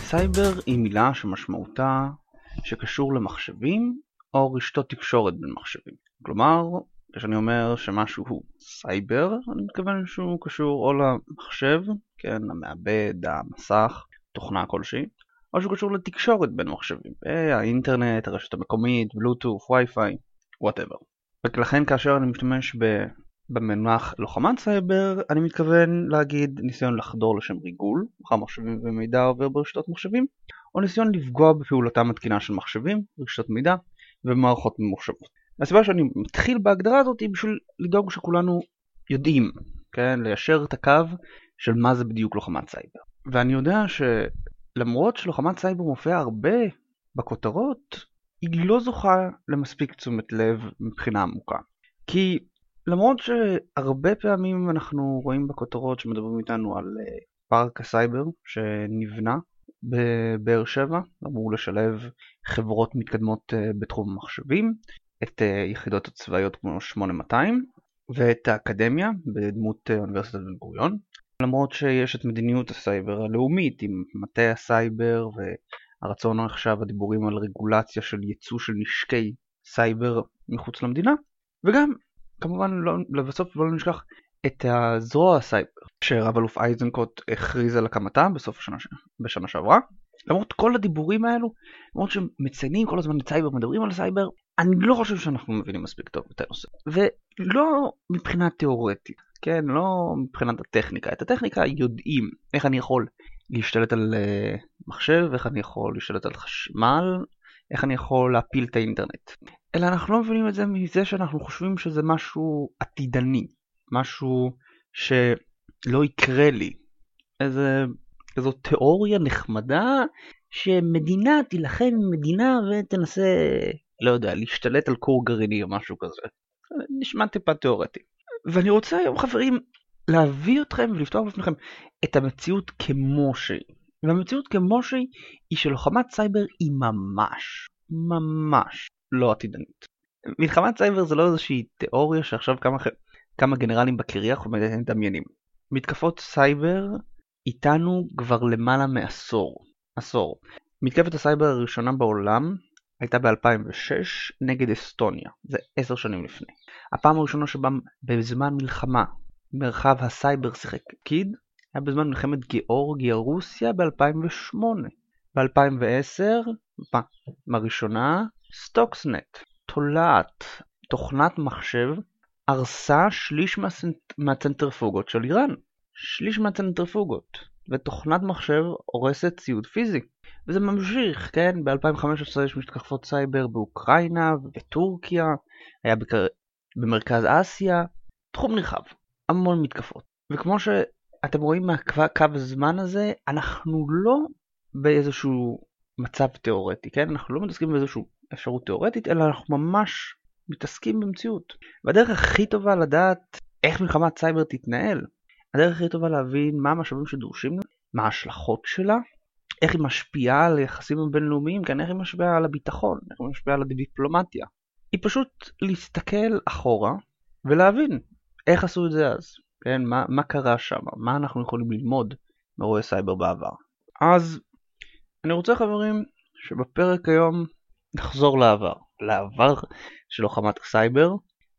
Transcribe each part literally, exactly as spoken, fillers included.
סייבר היא מילה שמשמעותה שקשור למחשבים או רשתות תקשורת בין מחשבים. כלומר, כשאני אומר שמשהו הוא סייבר, אני מתכוון שהוא קשור או למחשב, כן, המעבד, המסך, תוכנה כלשהי, או שהוא קשור לתקשורת בין מחשבים, האינטרנט, הרשת המקומית, בלוטות', וי-פיי, whatever. ולכן כאשר אני משתמש ב... במונח לוחמת סייבר, אני מתכוון להגיד ניסיון לחדור לשם ריגול, אחר מחשבים ומידע עובר ברשתות מחשבים, או ניסיון לפגוע בפעולתם התקינה של מחשבים, רשתות מידע ומערכות ממוחשבות. הסיבה שאני מתחיל בהגדרה הזאת היא בשביל לדאוג שכולנו יודעים, כן, ליישר את הקו של מה זה בדיוק לוחמת סייבר. ואני יודע שלמרות שלוחמת סייבר מופיע הרבה בכותרות, היא לא זוכה למספיק תשומת לב מבחינה עמוקה. כי למרות שהרבה פעמים אנחנו רואים בכותרות שמדברים איתנו על פארק הסייבר שנבנה בבאר שבע, אמור לשלב חברות מתקדמות בתחום המחשבים, את יחידות הצבאיות כמו שמונה מאתיים ואת האקדמיה בדמות אוניברסיטת בן גוריון. למרות שיש את מדיניות הסייבר הלאומית עם מטה הסייבר והרצון עכשיו הדיבורים על רגולציה של ייצוא של נשקי סייבר מחוץ למדינה, וגם כמובן לא, לבסוף לא נשכח את הזרוע הסייבר שרב אלוף אייזנקוט הכריז על הקמתה בסוף השנה, בשנה שעברה. למרות כל הדיבורים האלו, למרות שמציינים כל הזמן את סייבר, מדברים על סייבר, אני לא חושב שאנחנו מבינים מספיק טוב את הנושא. ולא מבחינה תיאורטית, כן? לא מבחינת הטכניקה. את הטכניקה יודעים איך אני יכול להשתלט על מחשב, איך אני יכול להשתלט על חשמל, איך אני יכול להפיל את האינטרנט. אלא אנחנו לא מבינים את זה מזה שאנחנו חושבים שזה משהו עתידני, משהו שלא יקרה לי. איזה, איזו תיאוריה נחמדה שמדינה תילחם עם מדינה ותנסה, לא יודע, להשתלט על כור גרעיני או משהו כזה. נשמע טיפה תיאורטי. ואני רוצה היום, חברים, להביא אתכם ולפתוח בפניכם את המציאות כמו שהיא. והמציאות כמו שהיא היא שלוחמת סייבר היא ממש, ממש לא עתידנית. מלחמת סייבר זה לא איזושהי תיאוריה שעכשיו כמה, כמה גנרלים בקריח ומדמיינים. מתקפות סייבר איתנו כבר למעלה מעשור. עשור. מתקפת הסייבר הראשונה בעולם הייתה ב-אלפיים ושש נגד אסטוניה. זה עשר שנים לפני. הפעם הראשונה שבה בזמן מלחמה מרחב הסייבר שיחק תפקיד היה בזמן מלחמת גיאורגיה רוסיה ב-אלפיים ושמונה. ב-אלפיים ועשר, פעם הראשונה, סטוקסנט, תולעת, תוכנת מחשב, הרסה שליש מהצנטריפוגות של איראן. שליש מהצנטריפוגות. ותוכנת מחשב הורסת ציוד פיזי. וזה ממשיך, כן? ב-אלפיים וחמש עשרה יש מתקפות סייבר באוקראינה ובטורקיה, היה בקר... במרכז אסיה, תחום נרחב, המון מתקפות. וכמו שאתם רואים מהקו הזמן הזה, אנחנו לא באיזשהו מצב תיאורטי, כן? אנחנו לא מתעסקים באיזשהו אפשרות תיאורטית, אלא אנחנו ממש מתעסקים במציאות. והדרך הכי טובה לדעת איך מלחמת סייבר תתנהל, הדרך הכי טובה להבין מה המשאבים שדורשים לה, מה ההשלכות שלה, איך היא משפיעה על היחסים הבינלאומיים, כן, איך היא משפיעה על הביטחון, איך היא משפיעה על הדיפלומטיה. היא פשוט להסתכל אחורה ולהבין איך עשו את זה אז, כן, מה, מה קרה שם, מה אנחנו יכולים ללמוד מאירועי סייבר בעבר. אז אני רוצה, חברים, שבפרק היום נחזור לעבר, לעבר של לוחמת הסייבר,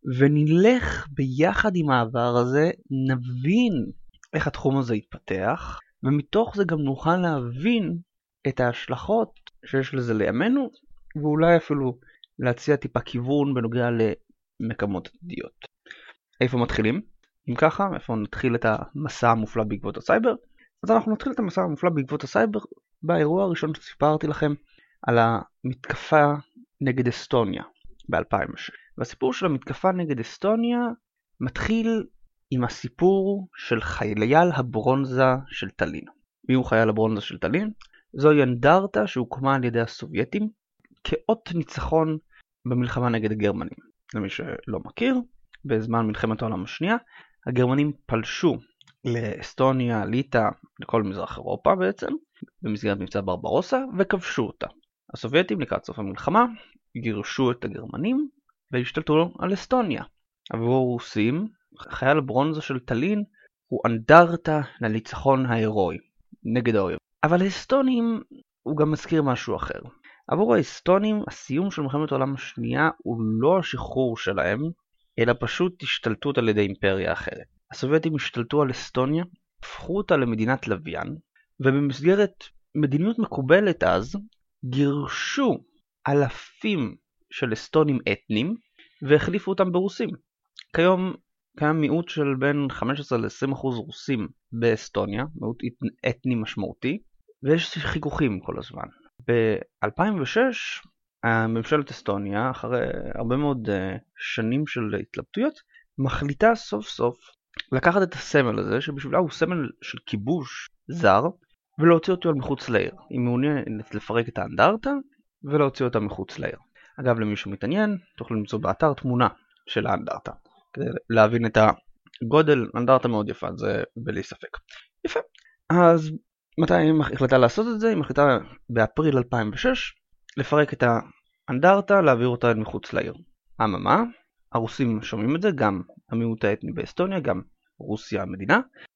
ונלך ביחד עם העבר הזה, נבין איך התחום הזה יתפתח, ומתוך זה גם נוכל להבין את ההשלכות שיש לזה לימינו, ואולי אפילו להציע טיפה כיוון בנוגע למקמות עתידיות. איפה מתחילים? אם ככה, איפה נתחיל את המסע המופלא בעקבות הסייבר? אז אנחנו נתחיל את המסע המופלא בעקבות הסייבר באירוע הראשון שסיפרתי לכם על המתקפה נגד אסטוניה ב-אלפיים ושש. והסיפור של המתקפה נגד אסטוניה מתחיל עם הסיפור של חייל הברונזה של טלין. מי הוא חייל הברונזה של טלין? זוהי אנדרטה שהוקמה על ידי הסובייטים כאות ניצחון במלחמה נגד הגרמנים. למי שלא מכיר, בזמן מלחמת העולם השנייה, הגרמנים פלשו לאסטוניה, ליטא, לכל מזרח אירופה בעצם, במסגרת מבצע ברברוסה, וכבשו אותה. הסובייטים לקראת סוף המלחמה גירשו את הגרמנים והשתלטו על אסטוניה. עבור הרוסים, חייל הברונזה של טלין הוא אנדרטה לניצחון ההירואי נגד האויב. אבל האסטונים הוא גם מזכיר משהו אחר. עבור האסטונים הסיום של מלחמת העולם השנייה הוא לא השחרור שלהם, אלא פשוט השתלטות על ידי אימפריה אחרת. הסובייטים השתלטו על אסטוניה, הפכו אותה למדינת לוויין, ובמסגרת מדיניות מקובלת אז, גירשו אלפים של אסטונים אתנים, והחליפו אותם ברוסים. כיום קיים מיעוט של בין חמש עשרה עד עשרים אחוז רוסים באסטוניה, מיעוט אתני משמעותי, ויש חיכוכים כל הזמן. ב-אלפיים ושש, ממשלת אסטוניה, אחרי הרבה מאוד שנים של התלבטויות, מחליטה סוף סוף לקחת את הסמל הזה, שבשבילה הוא סמל של כיבוש זר, ולהוציא אותו על מחוץ לעיר. היא מעוניינת לפרק את האנדרטה, ולהוציא אותה מחוץ לעיר. אגב, למי שמתעניין, תוכלו למצוא באתר תמונה של האנדרטה, כדי להבין את הגודל. אנדרטה מאוד יפה, זה בלי ספק. יפה. אז מתי היא החליטה לעשות את זה? היא מחליטה באפריל אלפיים ושש לפרק את האנדרטה, להעביר אותה מחוץ לעיר. אממה, הרוסים שומעים את זה, גם המיעוט האתני באסטוניה, גם רוסיה המדינה,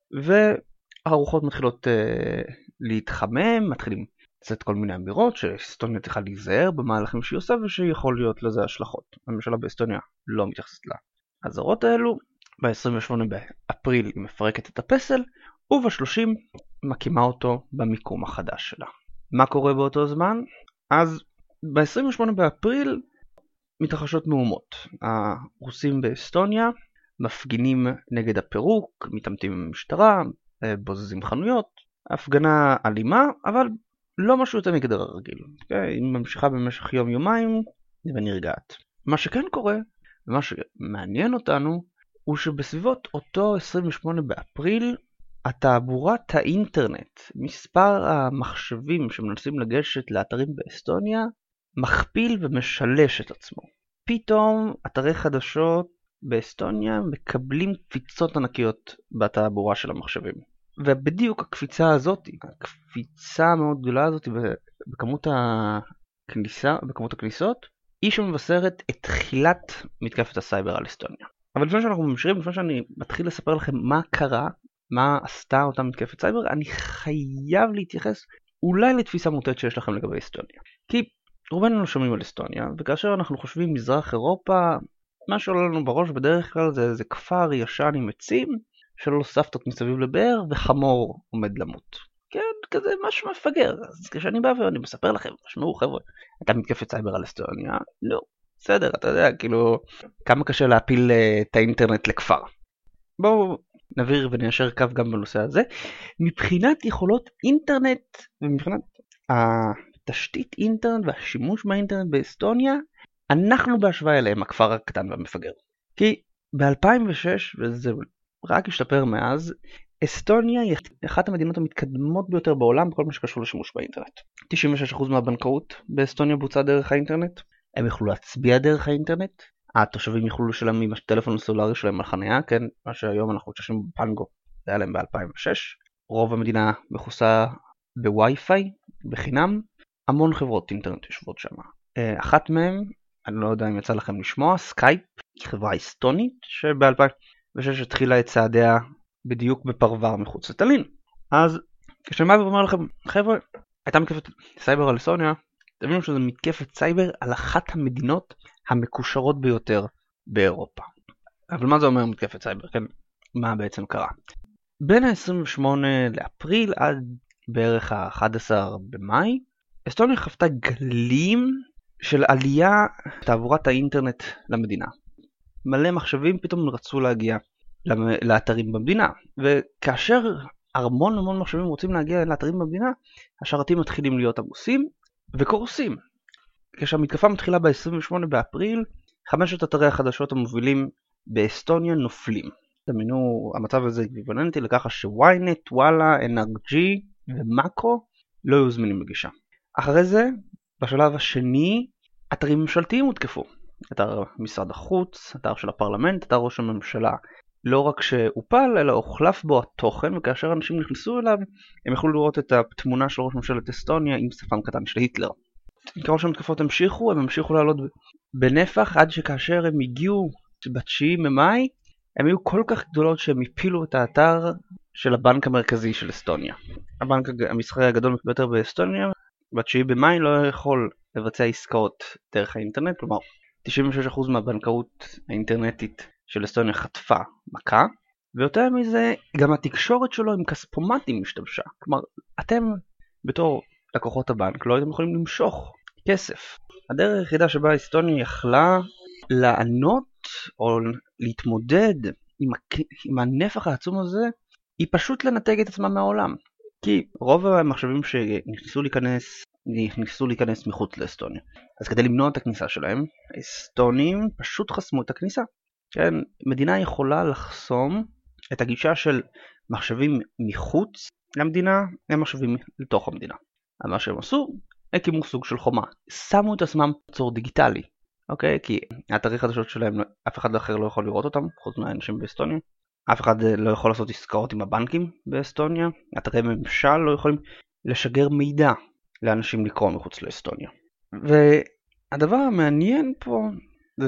והרוחות מתחילות uh, להתחמם, מתחילים לצאת כל מיני אמירות שאסטוניה צריכה להיזהר במהלכים שהיא עושה, ושיכול להיות לזה השלכות. הממשלה באסטוניה לא מתייחסת לאזהרות האלו. ב-עשרים ושמונה באפריל היא מפרקת את הפסל, וב-שלושים מקימה אותו במיקום החדש שלה. מה קורה באותו זמן? אז ב-עשרים ושמונה באפריל מתרחשות מהומות. הרוסים באסטוניה מפגינים נגד הפירוק, מתעמתים עם המשטרה, בוזזים חנויות, הפגנה אלימה, אבל לא משהו יותר מגדר הרגיל. היא ממשיכה במשך יום-יומיים ונרגעת. מה שכן קורה, ומה שמעניין אותנו, הוא שבסביבות אותו עשרים ושמונה באפריל, התעבורת האינטרנט, מספר המחשבים שמנסים לגשת לאתרים באסטוניה, מכפיל ומשלש את עצמו. פתאום אתרי חדשות באסטוניה מקבלים קפיצות ענקיות בתעבורה של המחשבים. ובדיוק הקפיצה הזאת, הקפיצה המאוד גדולה הזאת בכמות הכניסה, בכמות הכניסות, היא שמבשרת את תחילת מתקפת הסייבר על אסטוניה. אבל לפני שאנחנו ממשיכים, לפני שאני מתחיל לספר לכם מה קרה, מה עשתה אותה מתקפת סייבר, אני חייב להתייחס אולי לתפיסה מוטעת שיש לכם לגבי אסטוניה. כי רובנו לא שומעים על אסטוניה, וכאשר אנחנו חושבים מזרח אירופה, מה שעולה לנו בראש בדרך כלל זה איזה כפר ישן עם עצים, שלא סבתות מסביב לבאר, וחמור עומד למות. כן, כזה משהו מפגר. אז כשאני בא ואני מספר לכם, תשמעו חבר'ה, הייתה מתקפת סייבר על אסטוניה, לא, בסדר, אתה יודע, כאילו, כמה קשה להפיל את האינטרנט לכפר. בואו נבהיר וניישר קו גם בנושא הזה. מבחינת יכולות אינטרנט, ומבחינת התשתית אינטרנט והשימוש באינטרנט באסטוניה, אנחנו בהשוואה אליהם הכפר הקטן והמפגר. כי ב-אלפיים ושש, וזה רק השתפר מאז, אסטוניה היא אחת המדינות המתקדמות ביותר בעולם בכל מה שקשור לשימוש באינטרנט. תשעים ושש אחוז מהבנקאות באסטוניה בוצעה דרך האינטרנט, הם יכלו להצביע דרך האינטרנט, התושבים יכלו לשלם עם הטלפון הסלולרי שלהם על חניה, כן, מה שהיום אנחנו חושבים בפנגו, זה היה להם ב-אלפיים ושש. רוב המדינה מכוסה בווי-פיי, בחינם, המון חברות אינטרנט יושבות שם. אחת מהן, אני לא יודע אם יצא לכם לשמוע, סקייפ, היא חברה אסטונית, שב-אלפיים ושש התחילה את צעדיה בדיוק בפרבר מחוץ לטלין. אז כשאני בא ואומר לכם, חבר'ה, הייתה מתקפת סייבר על אסטוניה, תבינו שזה מתקפת סייבר על אחת המדינות המקושרות ביותר באירופה. אבל מה זה אומר מתקפת סייבר? כן, מה בעצם קרה? בין ה-עשרים ושמונה לאפריל עד בערך ה-אחד עשר במאי, אסטוניה חוותה גלים של עלייה בתעבורת האינטרנט למדינה. מלא מחשבים פתאום רצו להגיע לאתרים במדינה, וכאשר המון המון מחשבים רוצים להגיע לאתרים במדינה, השרתים מתחילים להיות עמוסים וקורסים. כשהמתקפה מתחילה ב-עשרים ושמונה באפריל, חמשת אתרי החדשות המובילים באסטוניה נופלים. דמיינו, המצב הזה אקוויוולנטי לככה שוויינט, וואלה, אן אר ג'י ומאקו לא היו זמינים בגישה. אחרי זה, בשלב השני, אתרים ממשלתיים הותקפו. אתר משרד החוץ, אתר של הפרלמנט, אתר ראש הממשלה. לא רק שהופל, אלא הוחלף בו התוכן, וכאשר אנשים נכנסו אליו, הם יכולו לראות את התמונה של ראש ממשלת אסטוניה עם שפם קטן של היטלר. ככל שהמתקפות המשיכו, הם המשיכו לעלות בנפח, עד שכאשר הם הגיעו בתשיעי במאי, הם היו כל כך גדולות שהם הפילו את האתר של הבנק המרכזי של אסטוניה. הבנק המסחרי הגדול ביותר באסטוניה, בתשיעי במאי לא יכול לבצע עסקאות דרך האינטרנט, כלומר תשעים ושש אחוז מהבנקאות האינטרנטית של אסטוניה חטפה מכה, ויותר מזה גם התקשורת שלו עם כספומטים משתבשה. כלומר, אתם בתור לקוחות הבנק לא הייתם יכולים למשוך כסף. הדרך היחידה שבה אסטוניה יכלה לענות או להתמודד עם, עם הנפח העצום הזה, היא פשוט לנתק את עצמה מהעולם. כי רוב המחשבים שנכנסו להיכנס, נכנסו להיכנס מחוץ לאסטוניה. אז כדי למנוע את הכניסה שלהם, האסטונים פשוט חסמו את הכניסה. כן, מדינה יכולה לחסום את הגישה של מחשבים מחוץ למדינה, הם מחשבים לתוך המדינה. אבל מה שהם עשו, הקימו סוג של חומה. שמו את עצמם בצור דיגיטלי. אוקיי? כי האתרי חדשות שלהם, אף אחד אחר לא יכול לראות אותם, חוץ מהאנשים באסטוניה. אף אחד לא יכול לעשות עסקאות עם הבנקים באסטוניה. אתרי ממשל לא יכולים לשגר מידע לאנשים לקרוא מחוץ לאסטוניה. והדבר המעניין פה זה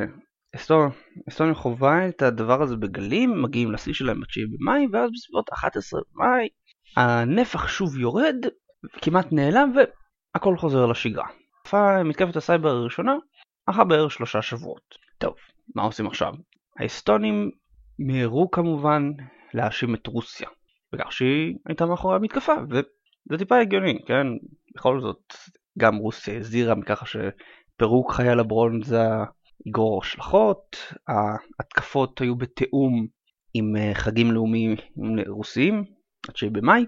שאסטוניה חובה את הדבר הזה בגלים, מגיעים לשיא שלהם בתשיעי במאי, ואז בסביבות אחת עשרה במאי הנפח שוב יורד, כמעט נעלם, והכל חוזר לשגרה. מתקפת הסייבר הראשונה אחר בערך שלושה שבועות. טוב, מה עושים עכשיו? האסטונים מהרו כמובן להאשים את רוסיה, בכך שהיא הייתה מאחורי המתקפה, וזה טיפה הגיוני, כן? בכל זאת, גם רוסיה הזהירה מככה שפירוק חייל הברונזה יגרור השלכות, ההתקפות היו בתיאום עם חגים לאומיים רוסיים, התשיעי במאי.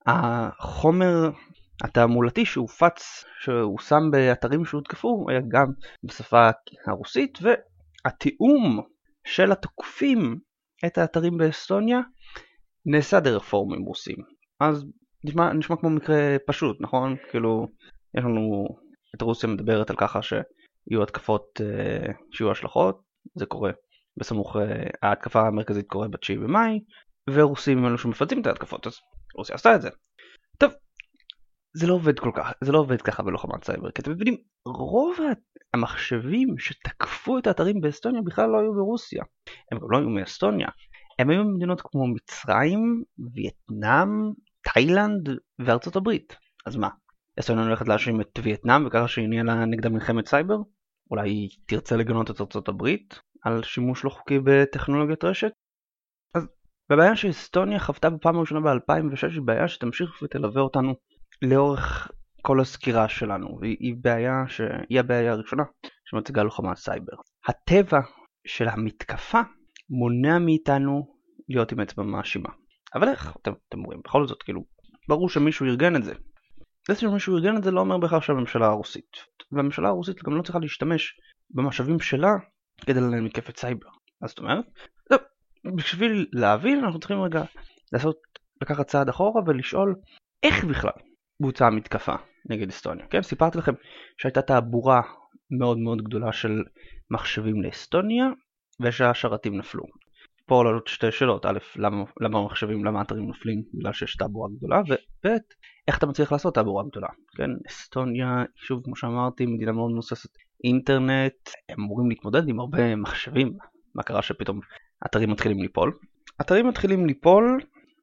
החומר התעמולתי שהופץ, שהוא שם באתרים שהותקפו, היה גם בשפה הרוסית, והתיאום של התוקפים את האתרים באסטוניה נעשה דרך פורומים רוסיים. אז נשמע, נשמע כמו מקרה פשוט, נכון? כאילו, יש לנו את רוסיה מדברת על ככה שיהיו התקפות, שיהיו השלכות, זה קורה בסמוך, ההתקפה המרכזית קורה בתשיעי במאי, ורוסים אלו שמפצים את ההתקפות, אז רוסיה עשתה את זה. טוב, זה לא עובד כל כך, זה לא עובד ככה בלוחמת סייבר, כי אתם מבינים, רוב המחשבים שתקפו את האתרים באסטוניה בכלל לא היו ברוסיה. הם גם לא היו מאסטוניה, הם היו במדינות כמו מצרים, וייטנאם, תאילנד וארצות הברית. אז מה? אסטוניה הולכת להאשים את וייטנאם וככה שהניעה לה נגדה מלחמת סייבר? אולי היא תרצה לגנות את ארצות הברית על שימוש לא חוקי בטכנולוגיית רשת? אז בבעיה שאסטוניה חוותה בפעם הראשונה ב-אלפיים ושש היא בעיה שתמשיך ותלווה אותנו לאורך כל הסקירה שלנו, והיא בעיה שהיא הבעיה הראשונה שמציגה לוחמת סייבר. הטבע של המתקפה מונע מאיתנו להיות עם אצבע מאשימה. אבל איך? אתם, אתם אומרים, בכל זאת, כאילו, ברור שמישהו ארגן את זה. זה שמישהו ארגן את זה לא אומר בכך שהממשלה הרוסית. והממשלה הרוסית גם לא צריכה להשתמש במשאבים שלה כדי לנהל מתקפת סייבר. אז זאת אומרת, טוב, בשביל להבין אנחנו צריכים רגע לעשות, לקחת צעד אחורה ולשאול איך בכלל בוצעה מתקפה נגד אסטוניה. כן? סיפרתי לכם שהייתה תעבורה מאוד מאוד גדולה של מחשבים לאסטוניה, ושהשרתים נפלו. פה עולות שתי שאלות, א', למה, למה המחשבים, למה האתרים נופלים? בגלל שיש תעבורה גדולה, וב', איך אתה מצליח לעשות תעבורה גדולה? כן? אסטוניה, שוב, כמו שאמרתי, מדינה מאוד מבוססת אינטרנט, הם אמורים להתמודד עם הרבה מחשבים. מה קרה שפתאום אתרים מתחילים ליפול? אתרים מתחילים ליפול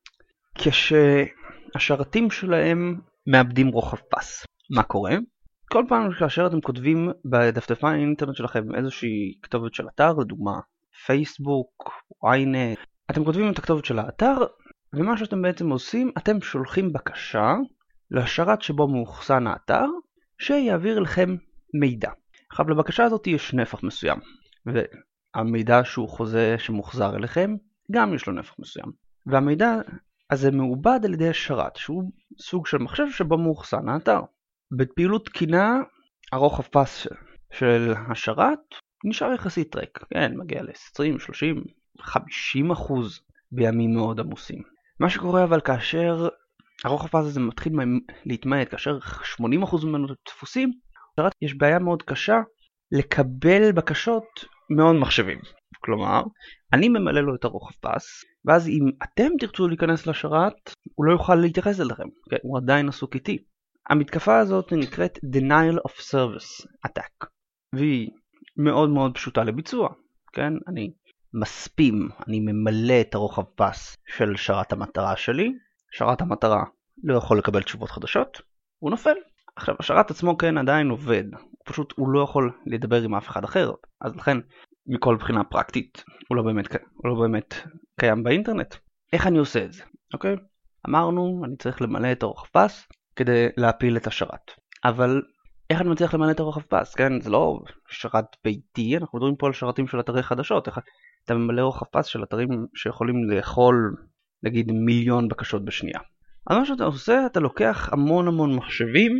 כשהשרתים שלהם מאבדים רוחב פס. מה קורה? כל פעם כאשר אתם כותבים בדפדפן האינטרנט שלכם איזושהי כתובת של אתר, לדוגמה פייסבוק, וויינט, אתם כותבים את הכתובת של האתר, ומה שאתם בעצם עושים, אתם שולחים בקשה לשרת שבו מאוחסן האתר, שיעביר לכם מידע. עכשיו לבקשה הזאת יש נפח מסוים, והמידע שהוא חוזה שמוחזר אליכם, גם יש לו נפח מסוים. והמידע הזה מעובד על ידי השרת, שהוא סוג של מחשב שבו מאוחסן האתר. בפעילות תקינה, הרוחב פס של השרת נשאר יחסית ריק. כן, מגיע ל-עשרים, שלושים, חמישים אחוז בימים מאוד עמוסים. מה שקורה אבל כאשר הרוחב פס הזה מתחיל להתמעט, כאשר שמונים אחוז ממנו תפוסים, לשרת יש בעיה מאוד קשה לקבל בקשות מאוד מחשבים. כלומר, אני ממלא לו את הרוחב פס, ואז אם אתם תרצו להיכנס לשרת, הוא לא יוכל להתייחס אליכם. כן, הוא עדיין עסוק איתי. המתקפה הזאת נקראת Denial of Service Attack, והיא מאוד מאוד פשוטה לביצוע. כן? אני מספים, אני ממלא את הרוחב פס של שרת המטרה שלי, שרת המטרה לא יכול לקבל תשובות חדשות, הוא נופל. עכשיו, השרת עצמו כן עדיין עובד, פשוט הוא לא יכול לדבר עם אף אחד אחר, אז לכן מכל בחינה פרקטית הוא לא באמת, הוא לא באמת קיים באינטרנט. איך אני עושה את זה? אוקיי? אמרנו, אני צריך למלא את הרוחב פס כדי להפיל את השרת. אבל איך אני מצליח למלא את הרוחב פס? כן, זה לא שרת ביתי, אנחנו מדברים פה על שרתים של אתרי חדשות. איך אתה ממלא רוחב פס של אתרים שיכולים לאכול, נגיד, מיליון בקשות בשנייה. אז מה שאתה עושה, אתה לוקח המון המון מחשבים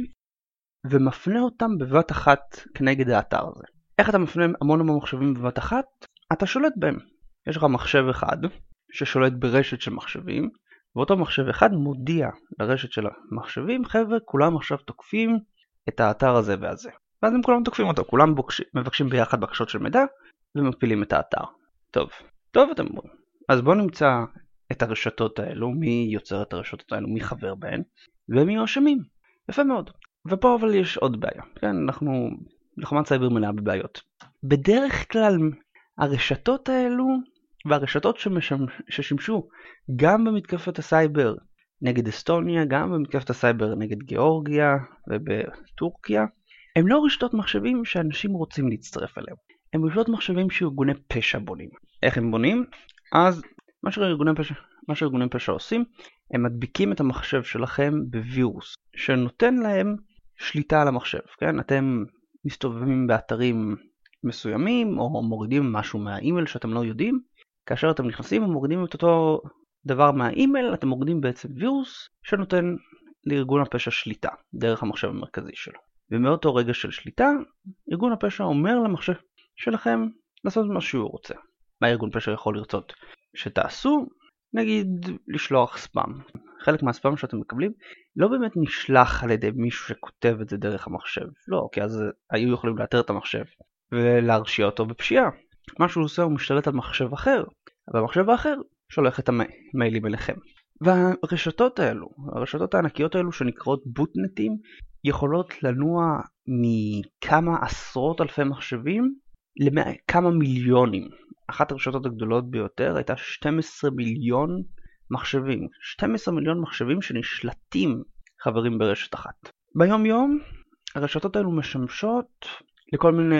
ומפנה אותם בבת אחת כנגד האתר הזה. איך אתה מפנה המון המון מחשבים בבת אחת? אתה שולט בהם. יש לך מחשב אחד ששולט ברשת של מחשבים, ואותו מחשב אחד מודיע לרשת של המחשבים, חבר'ה, כולם עכשיו תוקפים את האתר הזה והזה. ואז הם כולם תוקפים אותו, כולם בוקש... מבקשים ביחד בקשות של מידע ומפילים את האתר. טוב, טוב אתם אומרים. אז בואו נמצא את הרשתות האלו, מי יוצר את הרשתות האלו, מי חבר בהן, ומי אשמים. יפה מאוד. ופה אבל יש עוד בעיה. כן, אנחנו, מלחמת סייבר מלאה בבעיות. בדרך כלל הרשתות האלו, והרשתות שמשמש, ששימשו גם במתקפת הסייבר נגד אסטוניה, גם במתקפת הסייבר נגד גיאורגיה ובטורקיה, הם לא רשתות מחשבים שאנשים רוצים להצטרף אליהם. הם רשתות מחשבים שארגוני פשע בונים. איך הם בונים? אז מה שארגוני פשע, מה שארגוני פשע עושים, הם מדביקים את המחשב שלכם בווירוס, שנותן להם שליטה על המחשב. כן? אתם מסתובבים באתרים מסוימים, או מורידים משהו מהאימייל שאתם לא יודעים. כאשר אתם נכנסים ומורידים את אותו דבר מהאימייל, אתם מורידים בעצם וירוס שנותן לארגון הפשע שליטה דרך המחשב המרכזי שלו. ומאותו רגע של שליטה, ארגון הפשע אומר למחשב שלכם לעשות מה שהוא רוצה. מה ארגון פשע יכול לרצות שתעשו? נגיד לשלוח ספאם. חלק מהספאם שאתם מקבלים לא באמת נשלח על ידי מישהו שכותב את זה דרך המחשב. לא, כי אז היו יכולים לאתר את המחשב ולהרשיע אותו בפשיעה. מה שהוא עושה הוא משתלט על מחשב אחר, והמחשב האחר שולח את המיילים אליכם. והרשתות האלו, הרשתות הענקיות האלו שנקראות בוטנטים, יכולות לנוע מכמה עשרות אלפי מחשבים לכמה מיליונים. אחת הרשתות הגדולות ביותר הייתה שנים עשר מיליון מחשבים. שנים עשר מיליון מחשבים שנשלטים חברים ברשת אחת. ביום יום הרשתות האלו משמשות לכל מיני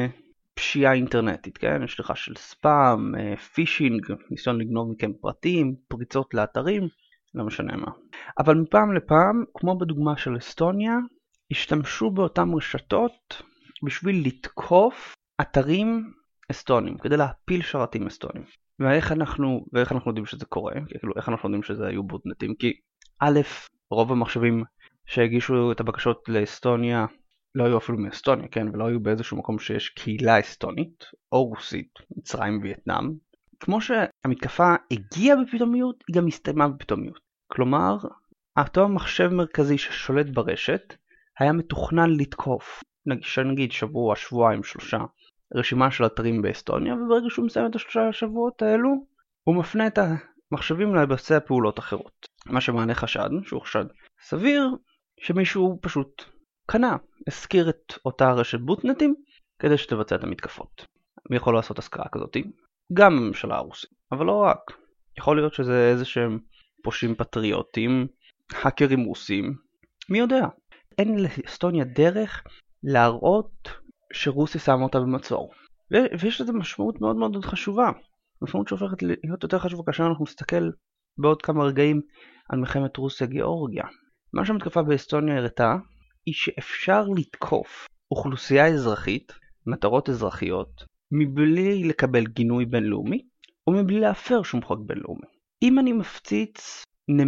פשיעה אינטרנטית, כן? יש לך של ספאם, פישינג, ניסיון לגנוב מכם פרטים, פריצות לאתרים, לא משנה מה. אבל מפעם לפעם, כמו בדוגמה של אסטוניה, השתמשו באותם רשתות בשביל לתקוף אתרים אסטונים, כדי להפיל שרתים אסטונים. ואיך אנחנו, ואיך אנחנו יודעים שזה קורה? כאילו, איך אנחנו יודעים שזה היו בוטנטים? כי א', רוב המחשבים שהגישו את הבקשות לאסטוניה לא היו אפילו מאסטוניה, כן? ולא היו באיזשהו מקום שיש קהילה אסטונית, או רוסית, מצרים וייטנאם. כמו שהמתקפה הגיעה בפתאומיות, היא גם הסתיימה בפתאומיות. כלומר, אותו מחשב מרכזי ששולט ברשת, היה מתוכנן לתקוף, נגיד שבוע, שבועיים, שלושה, רשימה של אתרים באסטוניה, וברגע שהוא מסיים את השלושה השבועות האלו, הוא מפנה את המחשבים לבצע פעולות אחרות. מה שמעלה חשד, שהוא חשד סביר, שמישהו פשוט קנה, הזכיר את אותה רשת בוטנטים, כדי שתבצע את המתקפות. מי יכול לעשות השכרה כזאת? גם הממשלה הרוסית, אבל לא רק. יכול להיות שזה איזה שהם פושעים פטריוטים, האקרים רוסים, מי יודע. אין לאסטוניה דרך להראות שרוסיה שמה אותה במצור. ו- ויש לזה משמעות מאוד מאוד חשובה. משמעות שהופכת להיות יותר חשובה כאשר אנחנו נסתכל בעוד כמה רגעים על מלחמת רוסיה-גיאורגיה. מה שהמתקפה באסטוניה הראתה היא שאפשר לתקוף אוכלוסייה אזרחית, מטרות אזרחיות, מבלי לקבל גינוי בינלאומי, או מבלי להפר שום חוק בינלאומי. אם אני מפציץ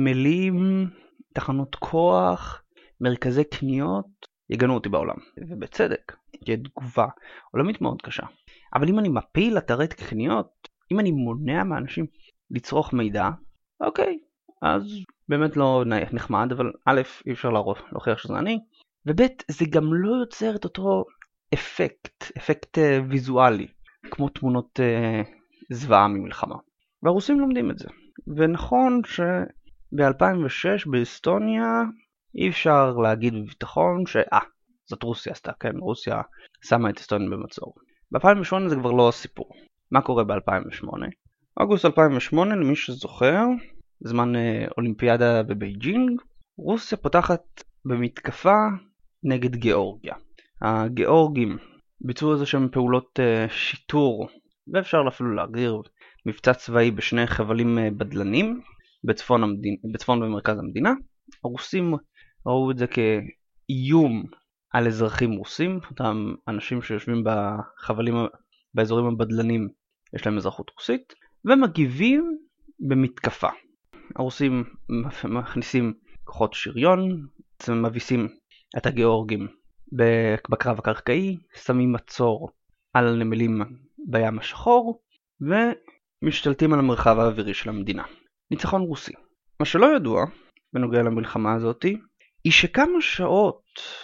נמלים, תחנות כוח, מרכזי קניות, יגנו אותי בעולם, ובצדק, תהיה תגובה עולמית מאוד קשה. אבל אם אני מפיל אתרי קניות, אם אני מונע מאנשים לצרוך מידע, אוקיי, אז באמת לא נחמד, אבל א', אי אפשר להוכיח שזה אני, וב', זה גם לא יוצר את אותו אפקט, אפקט uh, ויזואלי, כמו תמונות uh, זוועה ממלחמה. והרוסים לומדים את זה. ונכון שב-אלפיים ושש באסטוניה אי אפשר להגיד בביטחון שאה, זאת רוסיה עשתה, כן, רוסיה שמה את אסטוניה במצור. ב-אלפיים ושמונה זה כבר לא הסיפור. מה קורה ב-אלפיים ושמונה? אוגוסט אלפיים ושמונה, למי שזוכר, זמן אולימפיאדה בבייג'ינג, רוסיה פותחת במתקפה נגד גיאורגיה. הגיאורגים ביצעו איזה שהם פעולות שיטור, ואפשר אפילו להגדיר מבצע צבאי בשני חבלים בדלנים בצפון, המדינ... בצפון ומרכז המדינה. הרוסים ראו את זה כאיום על אזרחים רוסים, אותם אנשים שיושבים בחבלים, באזורים הבדלנים יש להם אזרחות רוסית, ומגיבים במתקפה. הרוסים מכניסים כוחות שריון, מביסים את הגיאורגים בקרב הקרקעי, שמים מצור על הנמלים בים השחור, ומשתלטים על המרחב האווירי של המדינה. ניצחון רוסי. מה שלא ידוע בנוגע למלחמה הזאת, היא שכמה שעות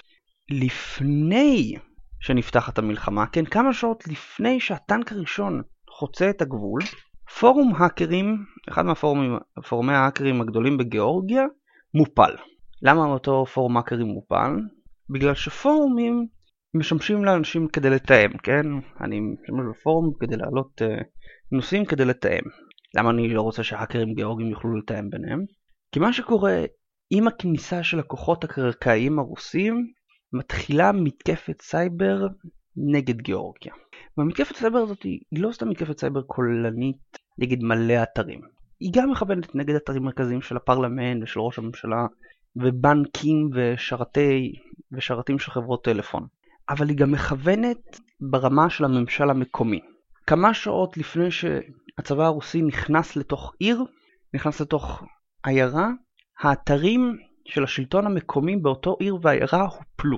לפני שנפתחת המלחמה, כן, כמה שעות לפני שהטנק הראשון חוצה את הגבול, פורום האקרים, אחד מהפורומי ההאקרים הגדולים בגיאורגיה, מופל. למה אותו פורום האקרים מופל? בגלל שפורומים משמשים לאנשים כדי לתאם, כן? אני משמש בפורום כדי להעלות uh, נושאים כדי לתאם. למה אני לא רוצה שההאקרים גיאורגים יוכלו לתאם ביניהם? כי מה שקורה עם הכניסה של הכוחות הקרקעיים הרוסים, מתחילה מתקפת סייבר נגד גיאורגיה. והמתקפת סייבר הזאת היא לא סתם מתקפת סייבר כוללנית נגד מלא אתרים. היא גם מכוונת נגד אתרים מרכזיים של הפרלמנט ושל ראש הממשלה ובנקים ושרתי, ושרתים של חברות טלפון. אבל היא גם מכוונת ברמה של הממשל המקומי. כמה שעות לפני שהצבא הרוסי נכנס לתוך עיר, נכנס לתוך עיירה, האתרים של השלטון המקומי באותו עיר והעיירה הופלו.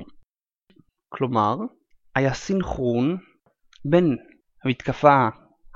כלומר, היה סינכרון בין המתקפה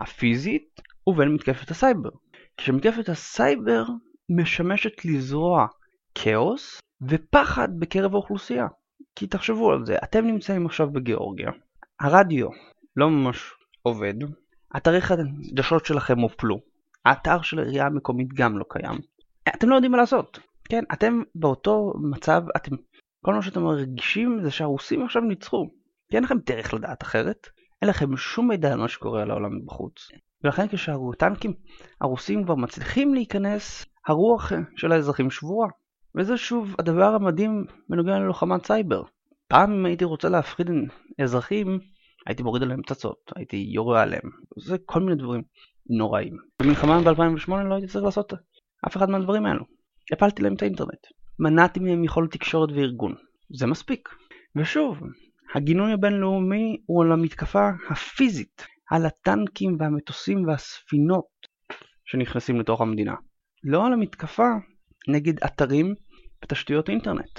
הפיזית ובין מתקפת הסייבר. כשמתקפת הסייבר משמשת לזרוע כאוס ופחד בקרב האוכלוסייה. כי תחשבו על זה, אתם נמצאים עכשיו בגיאורגיה, הרדיו לא ממש עובד, אתרי חדשות שלכם הופלו, האתר של העירייה המקומית גם לא קיים, אתם לא יודעים מה לעשות. כן, אתם באותו מצב, אתם, כל מה שאתם מרגישים זה שהרוסים עכשיו ניצחו. כי אין לכם דרך לדעת אחרת, אין לכם שום מידע על מה שקורה על העולם בחוץ. ולכן כשהטנקים הרוסים כבר מצליחים להיכנס, הרוח של האזרחים שבורה. וזה שוב הדבר המדהים בנוגע ללוחמת סייבר. פעם אם הייתי רוצה להפחיד אזרחים, הייתי מוריד עליהם פצצות, הייתי יורה עליהם. זה כל מיני דברים נוראים. במלחמה ב-אלפיים ושמונה לא הייתי צריך לעשות אף אחד מהדברים האלו. הפלתי להם את האינטרנט. מנעתי מהם יכולת תקשורת וארגון. זה מספיק. ושוב, הגינוי הבינלאומי הוא על המתקפה הפיזית, על הטנקים והמטוסים והספינות שנכנסים לתוך המדינה. לא על המתקפה נגד אתרים ותשתיות אינטרנט.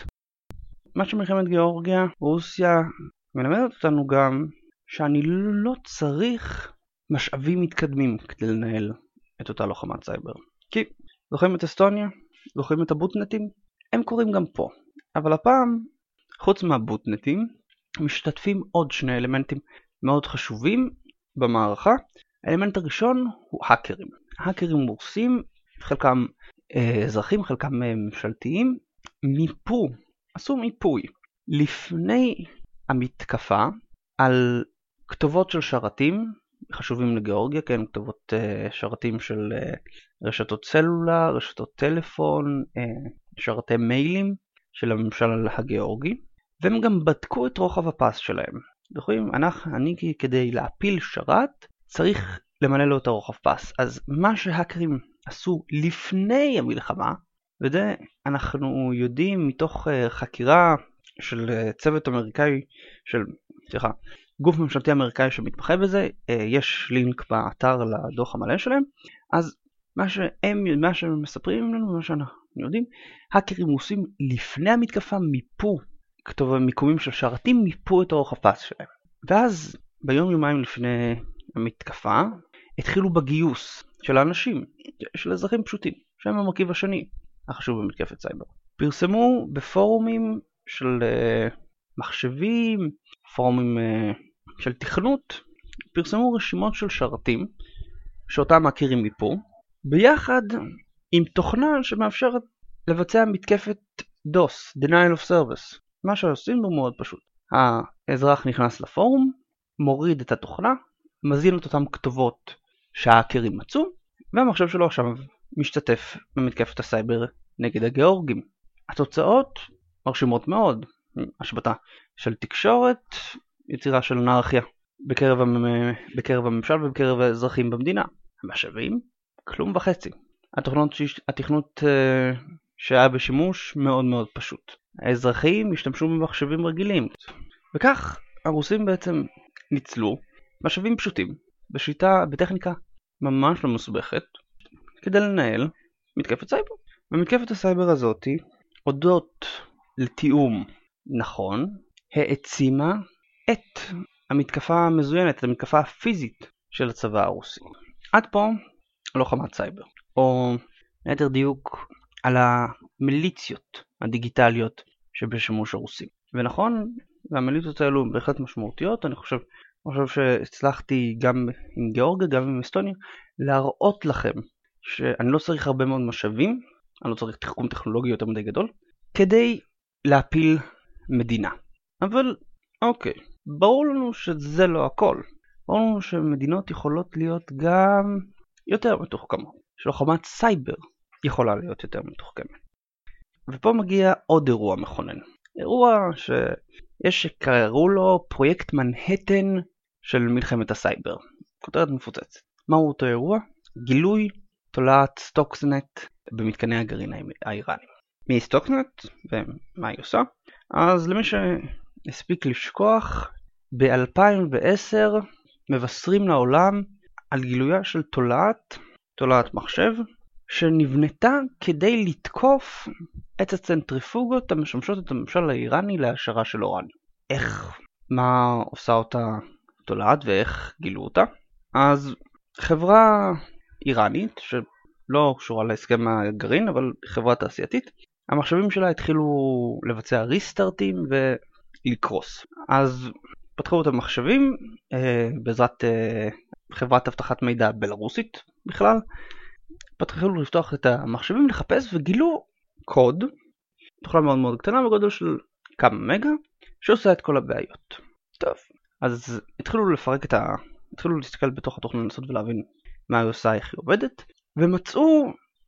מה שמלחמת גיאורגיה, רוסיה, מלמדת אותנו גם שאני לא צריך משאבים מתקדמים כדי לנהל את אותה לוחמת סייבר. כי זוכרים את אסטוניה? זוכרים את הבוטנטים? הם קוראים גם פה. אבל הפעם, חוץ מהבוטנטים, משתתפים עוד שני אלמנטים מאוד חשובים במערכה. האלמנט הראשון הוא האקרים. האקרים רוסים, חלקם אה, אזרחים, חלקם אה, ממשלתיים, מיפו, עשו מיפוי לפני המתקפה על כתובות של שרתים, חשובים לגיאורגיה, כן, כתובות אה, שרתים של אה, רשתות סלולר, רשתות טלפון, אה, שרתי מיילים של הממשל הגיאורגי, והם גם בדקו את רוחב הפס שלהם. זוכרים, אנחנו, אני כדי להפיל שרת צריך למלא לו את הרוחב פס. אז מה שהאקרים עשו לפני המלחמה, וזה אנחנו יודעים מתוך uh, חקירה של uh, צוות אמריקאי, של, סליחה, גוף ממשלתי אמריקאי שמתמחה בזה, uh, יש לינק באתר לדוח המלא שלהם. אז מה שהם, מה שהם מספרים לנו, מה שאנחנו יודעים, האקרים עושים לפני המתקפה מיפו, כתוב מיקומים של שרתים, מיפו את הרוחב פס שלהם. ואז ביום יומיים לפני המתקפה, התחילו בגיוס של האנשים, של אזרחים פשוטים, שהם המרכיב השני החשוב במתקפת סייבר. פרסמו בפורומים של uh, מחשבים, פורומים uh, של תכנות, פרסמו רשימות של שרתים, שאותם מכירים מפה, ביחד עם תוכנה שמאפשרת לבצע מתקפת דוס, Denial of Service. מה שעושים הוא מאוד פשוט. האזרח נכנס לפורום, מוריד את התוכנה, מזין את אותם כתובות שההאקרים מצאו, והמחשב שלו עכשיו משתתף במתקפת הסייבר נגד הגיאורגים. התוצאות מרשימות מאוד, השבתה של תקשורת, יצירה של אנרכיה בקרב, המ... בקרב הממשל ובקרב האזרחים במדינה. המשאבים, כלום וחצי. התוכנות, התכנות uh, שהיה בשימוש מאוד מאוד פשוט. האזרחים השתמשו במחשבים רגילים, וכך הרוסים בעצם ניצלו משאבים פשוטים בשיטה, בטכניקה ממש לא מסובכת, כדי לנהל מתקפת סייבר. ומתקפת הסייבר הזאת, הודות לתיאום נכון, העצימה את המתקפה המזוינת, את המתקפה הפיזית של הצבא הרוסי. עד פה לוחמת סייבר, או ליתר דיוק על המיליציות הדיגיטליות שבשימוש הרוסי. ונכון, והמיליציות האלו הן בהחלט משמעותיות. אני חושב, אני חושב שהצלחתי גם עם גיאורגיה, גם עם אסטוניה, להראות לכם שאני לא צריך הרבה מאוד משאבים, אני לא צריך תחכום טכנולוגי יותר מדי גדול, כדי להפיל מדינה. אבל אוקיי, ברור לנו שזה לא הכל. ברור לנו שמדינות יכולות להיות גם יותר מתוחכמות, שלוחמת סייבר יכולה להיות יותר מתוחכמת. ופה מגיע עוד אירוע מכונן. אירוע שיש שקראו לו פרויקט מנהטן של מלחמת הסייבר. כותרת מפוצצת. מהו אותו אירוע? גילוי תולעת סטוקסנט במתקני הגרעין האיראנים. מי סטוקסנט ומה היא עושה? אז למי שהספיק לשכוח, ב-אלפיים ועשר מבשרים לעולם על גילויה של תולעת, תולעת מחשב, שנבנתה כדי לתקוף את הצנטריפוגות המשמשות את הממשל האיראני להעשרה של אורניום. איך? מה עושה אותה תולעת ואיך גילו אותה? אז חברה איראנית, שלא קשורה להסכם הגרעין, אבל חברה תעשייתית, המחשבים שלה התחילו לבצע ריסטארטים ולקרוס. אז פתחו את המחשבים אה, בעזרת אה, חברת אבטחת מידע בלרוסית בכלל, פתחו לפתוח את המחשבים, לחפש, וגילו קוד, תוכנה מאוד מאוד קטנה בגודל של כמה מגה, שעושה את כל הבעיות. טוב, אז התחילו לפרק את ה... התחילו להסתכל בתוך התוכנה, לנסות ולהבין מה היא עושה, איך היא עובדת, ומצאו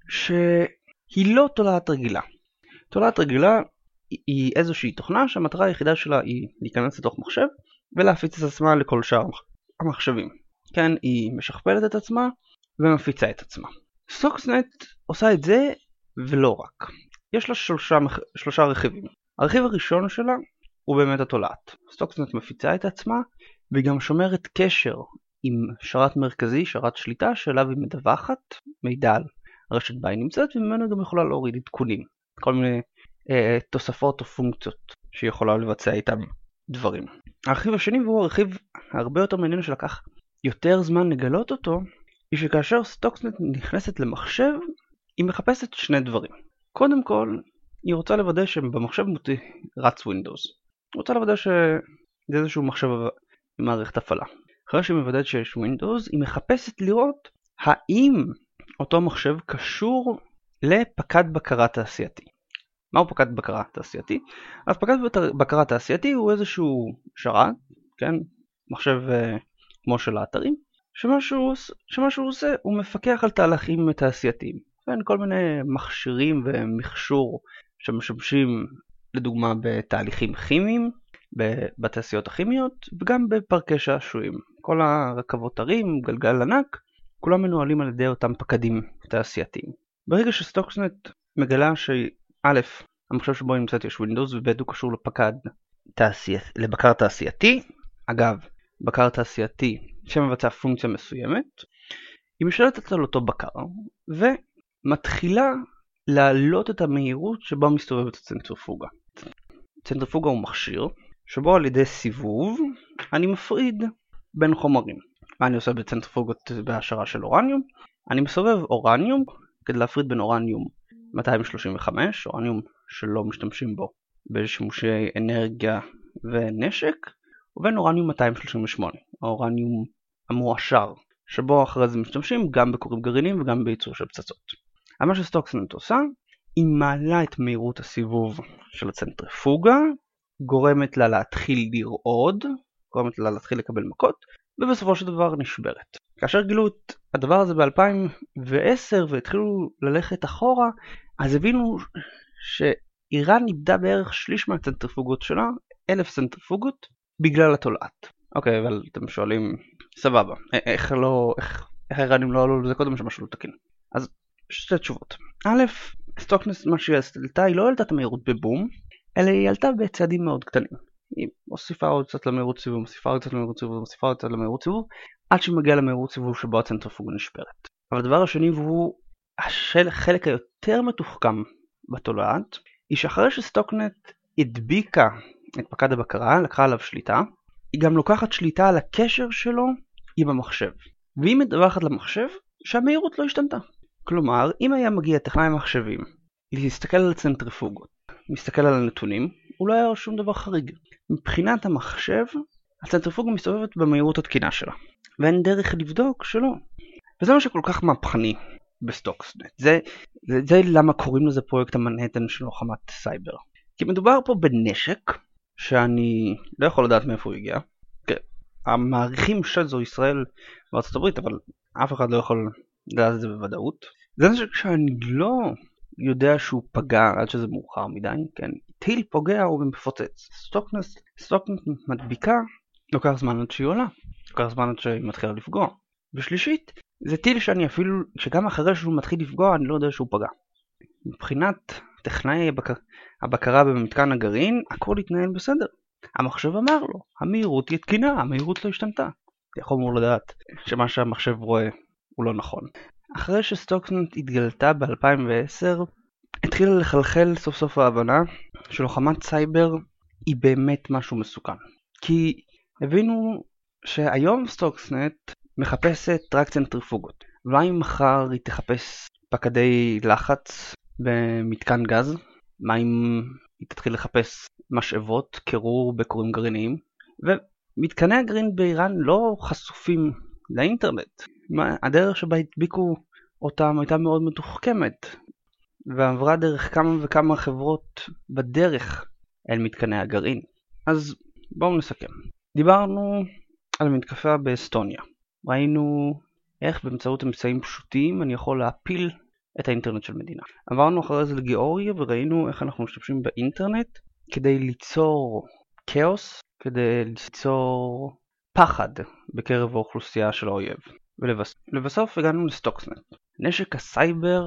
שהיא לא תולעת רגילה. תולעת רגילה היא איזושהי תוכנה שהמטרה היחידה שלה היא להיכנס לתוך מחשב ולהפיץ את עצמה לכל שאר המחשבים. כן, היא משכפלת את עצמה ומפיצה את עצמה. סטוקסנט עושה את זה ולא רק. יש לה שלושה, שלושה רכיבים. הרכיב הראשון שלה הוא באמת התולעת. סטוקסנט מפיצה את עצמה והיא גם שומרת קשר עם שרת מרכזי, שרת שליטה, שאליו היא מדווחת מידע על הרשת בה היא נמצאת, וממנו גם יכולה להוריד עדכונים. כל מיני אה, תוספות או פונקציות שיכולה לבצע איתם דברים. הרכיב השני, והוא הרכיב הרבה יותר מעניין שלקח יותר זמן לגלות אותו, היא שכאשר סטוקסנט נכנסת למחשב, היא מחפשת שני דברים. קודם כל, היא רוצה לוודא שבמחשב מותי רץ ווינדוס. היא רוצה לוודא שזה איזשהו מחשב עם מערכת הפעלה. אחרי שהיא מוודאת שיש ווינדוס, היא מחפשת לראות האם אותו מחשב קשור לפקד בקרה תעשייתי. מהו פקד בקרה תעשייתי? אז פקד בקרה תעשייתי הוא איזשהו שרת, כן? מחשב uh, כמו של האתרים, שמה שהוא, שמה שהוא עושה הוא מפקח על תהליכים תעשייתיים. כן? כל מיני מכשירים ומכשור שמשמשים לדוגמה בתהליכים כימיים, בתעשיות הכימיות וגם בפארקי שעשועים. כל הרכבות הרים, גלגל ענק, כולם מנוהלים על ידי אותם פקדים תעשייתיים. ברגע שסטוקסנט מגלה שא', המחשב שבו נמצאת יש ווינדוס, וב' הוא קשור לפקד תעשי... לבקר תעשייתי, אגב, בקר תעשייתי שמבצע פונקציה מסוימת, היא משתלטת על אותו בקר, ומתחילה להעלות את המהירות שבה מסתובבת הצנטריפוגה. צנטריפוגה הוא מכשיר, שבו על ידי סיבוב אני מפריד בין חומרים. מה אני עושה בצנטריפוגות בהעשרה של אורניום? אני מסובב אורניום כדי להפריד בין אורניום מאתיים שלושים וחמש, אורניום שלא משתמשים בו בשימושי אנרגיה ונשק, ובין אורניום מאתיים שלושים ושמונה, האורניום המועשר, שבו אחרי זה משתמשים גם בכורים גרעיניים וגם בייצור של פצצות. מה שסטוקסנט עושה, היא מעלה את מהירות הסיבוב של הצנטריפוגה, גורמת לה להתחיל לרעוד, גורמת לה להתחיל לקבל מכות, ובסופו של דבר נשברת. כאשר גילו את הדבר הזה ב-אלפיים ועשר והתחילו ללכת אחורה, אז הבינו שאיראן איבדה בערך שליש מהצנטריפוגות שלה, אלף צנטריפוגות, בגלל התולעת. אוקיי, אבל אתם שואלים, סבבה, איך לא, איך, איך האיראנים לא עלו לזה קודם שמשהו לא תקין? אז שתי תשובות. א', סטוקנס, מה שהיא עשתה, היא לא העלתה את המהירות בבום, אלא היא עלתה בצעדים מאוד קטנים. היא מוסיפה עוד קצת למהירות סיבוב, מוסיפה עוד קצת למהירות סיבוב, מוסיפה עוד קצת למהירות סיבוב, עד שמגיע למהירות סיבוב שבו הצנטריפוגה נשברת. אבל הדבר השני, והוא החלק היותר מתוחכם בתולעת, היא שאחרי שסטוקנט הדביקה את פקד הבקרה, לקחה עליו שליטה, היא גם לוקחת שליטה על הקשר שלו עם המחשב. והיא מדווחת למחשב שהמהירות לא השתנתה. כלומר, אם היה מגיע טכנאי מחשבים, להסתכל על הצנטריפוגות, להסתכל על הנתונים, הוא לא היה שום דבר חריג. מבחינת המחשב, הצנטריפוגה מסתובבת במהירות התקינה שלה, ואין דרך לבדוק שלא. וזה מה שכל כך מהפכני בסטוקסנט. זה, זה, זה למה קוראים לזה פרויקט המנהטן של לוחמת סייבר. כי מדובר פה בנשק, שאני לא יכול לדעת מאיפה הוא הגיע. המעריכים שזו ישראל וארצות הברית, אבל אף אחד לא יכול לדעת את זה בוודאות. זה נשק שאני לא יודע שהוא פגע עד שזה מאוחר מדי, כן? טיל פוגע הוא מפוצץ. סטוקנס, סטוקנס מדביקה, לוקח זמן עד שהיא עולה, לוקח זמן עד שהיא מתחילה לפגוע. ושלישית, זה טיל שאני אפילו, שגם אחרי שהוא מתחיל לפגוע, אני לא יודע שהוא פגע. מבחינת טכנאי הבקר, הבקרה במתקן הגרעין, הכל התנהל בסדר. המחשב אמר לו, המהירות היא תקינה, המהירות לא השתנתה. יכול אמור לדעת שמה שהמחשב רואה הוא לא נכון. אחרי שסטוקסנט התגלתה ב-אלפיים ועשר, התחילה לחלחל סוף סוף ההבנה שלוחמת סייבר היא באמת משהו מסוכן. כי הבינו שהיום סטוקסנט מחפשת רק צנטריפוגות. אולי מחר היא תחפש פקדי לחץ במתקן גז? מה אם היא תתחיל לחפש משאבות, קירור בקורים גרעיניים? ומתקני הגרעין באיראן לא חשופים לאינטרנט. הדרך שבה הדביקו אותם הייתה מאוד מתוחכמת, ועברה דרך כמה וכמה חברות בדרך אל מתקני הגרעין. אז בואו נסכם. דיברנו על מתקפה באסטוניה. ראינו איך באמצעות אמצעים פשוטים אני יכול להפיל את האינטרנט של מדינה. עברנו אחרי זה לגיאורגיה וראינו איך אנחנו משתמשים באינטרנט כדי ליצור כאוס, כדי ליצור פחד בקרב האוכלוסייה של האויב. ולבסוף הגענו לסטוקסנט, נשק הסייבר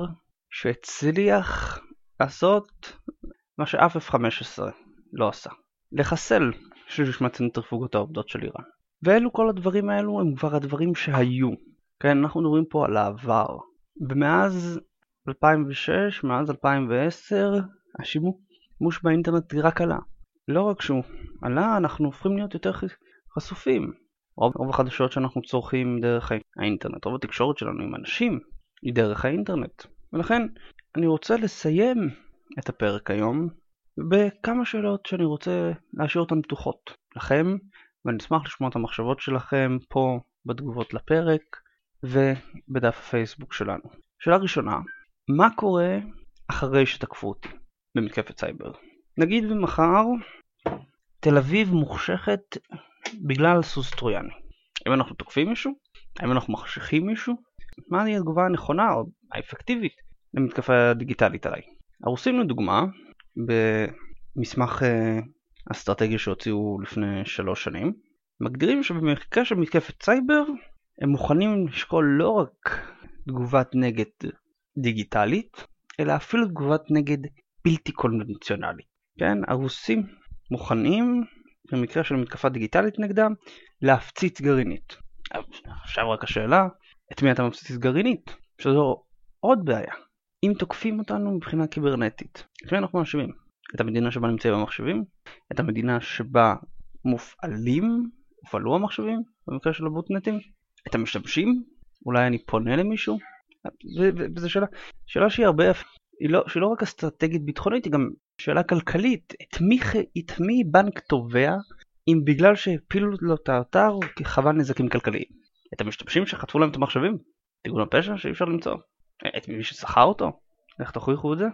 שהצליח לעשות מה שאף אף חמש עשרה לא עשה, לחסל שליש מהצנטריפוגות העובדות של איראן. ואלו כל הדברים האלו הם כבר הדברים שהיו. כן, אנחנו מדברים פה על העבר. ומאז אלפיים ושש, מאז אלפיים ועשר, השימוש באינטרנט רק עלה. לא רק שהוא עלה, אנחנו הופכים להיות יותר חשופים. רוב, רוב החדשות שאנחנו צורכים דרך האינטרנט, רוב התקשורת שלנו עם אנשים היא דרך האינטרנט. ולכן אני רוצה לסיים את הפרק היום בכמה שאלות שאני רוצה להשאיר אותן פתוחות לכם, ואני אשמח לשמוע את המחשבות שלכם פה בתגובות לפרק ובדף הפייסבוק שלנו. שאלה ראשונה, מה קורה אחרי שתקפו אותי במתקפת סייבר? נגיד ומחר תל אביב מוחשכת בגלל סוס טרויאני. האם אנחנו תוקפים מישהו? האם אנחנו מחשיכים מישהו? מה היא התגובה הנכונה או האפקטיבית למתקפה דיגיטלית עליי? הרוסים לדוגמה, במסמך אסטרטגי שהוציאו לפני שלוש שנים, מגדירים שבמקרה של מתקפת סייבר הם מוכנים לשקול לא רק תגובת נגד דיגיטלית, אלא אפילו תגובת נגד בלתי קונבנציונלית. כן, הרוסים מוכנים במקרה של מתקפה דיגיטלית נגדם להפציץ גרעינית. עכשיו רק השאלה, את מי אתה מפציץ גרעינית? שזו עוד בעיה. אם תוקפים אותנו מבחינה קיברנטית, את מי אנחנו מאשימים? את המדינה שבה נמצאים המחשבים? את המדינה שבה מופעלים, הופעלו המחשבים במקרה של הבוטנטים? את המשתמשים? אולי אני פונה למישהו? וזו שאלה, שאלה שהיא הרבה, היא לא, שהיא לא רק אסטרטגית ביטחונית, היא גם שאלה כלכלית. את מי, את מי בנק תובע אם בגלל שהפילו לו את האתר חווה נזקים כלכליים? את המשתמשים שחטפו להם את המחשבים? ארגון הפשע שאי אפשר למצוא? את מי ששכר אותו? איך תוכיחו את זה?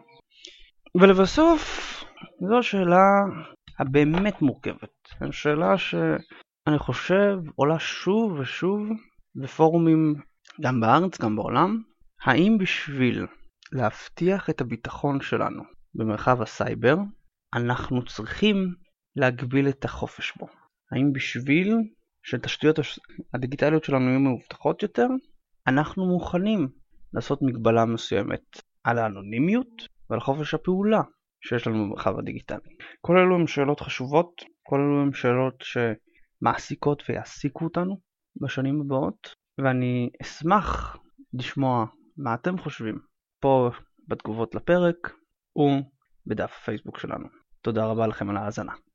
ולבסוף, זו השאלה הבאמת מורכבת. זו שאלה אני חושב, עולה שוב ושוב בפורומים גם בארץ, גם בעולם, האם בשביל להבטיח את הביטחון שלנו במרחב הסייבר, אנחנו צריכים להגביל את החופש בו? האם בשביל שתשתיות הדיגיטליות שלנו יהיו מאובטחות יותר, אנחנו מוכנים לעשות מגבלה מסוימת על האנונימיות ועל חופש הפעולה שיש לנו במרחב הדיגיטלי? כל אלו הן שאלות חשובות, כל אלו הן שאלות שמעסיקות ויעסיקו אותנו בשנים הבאות, ואני אשמח לשמוע מה אתם חושבים פה בתגובות לפרק ובדף הפייסבוק שלנו. תודה רבה לכם על ההאזנה.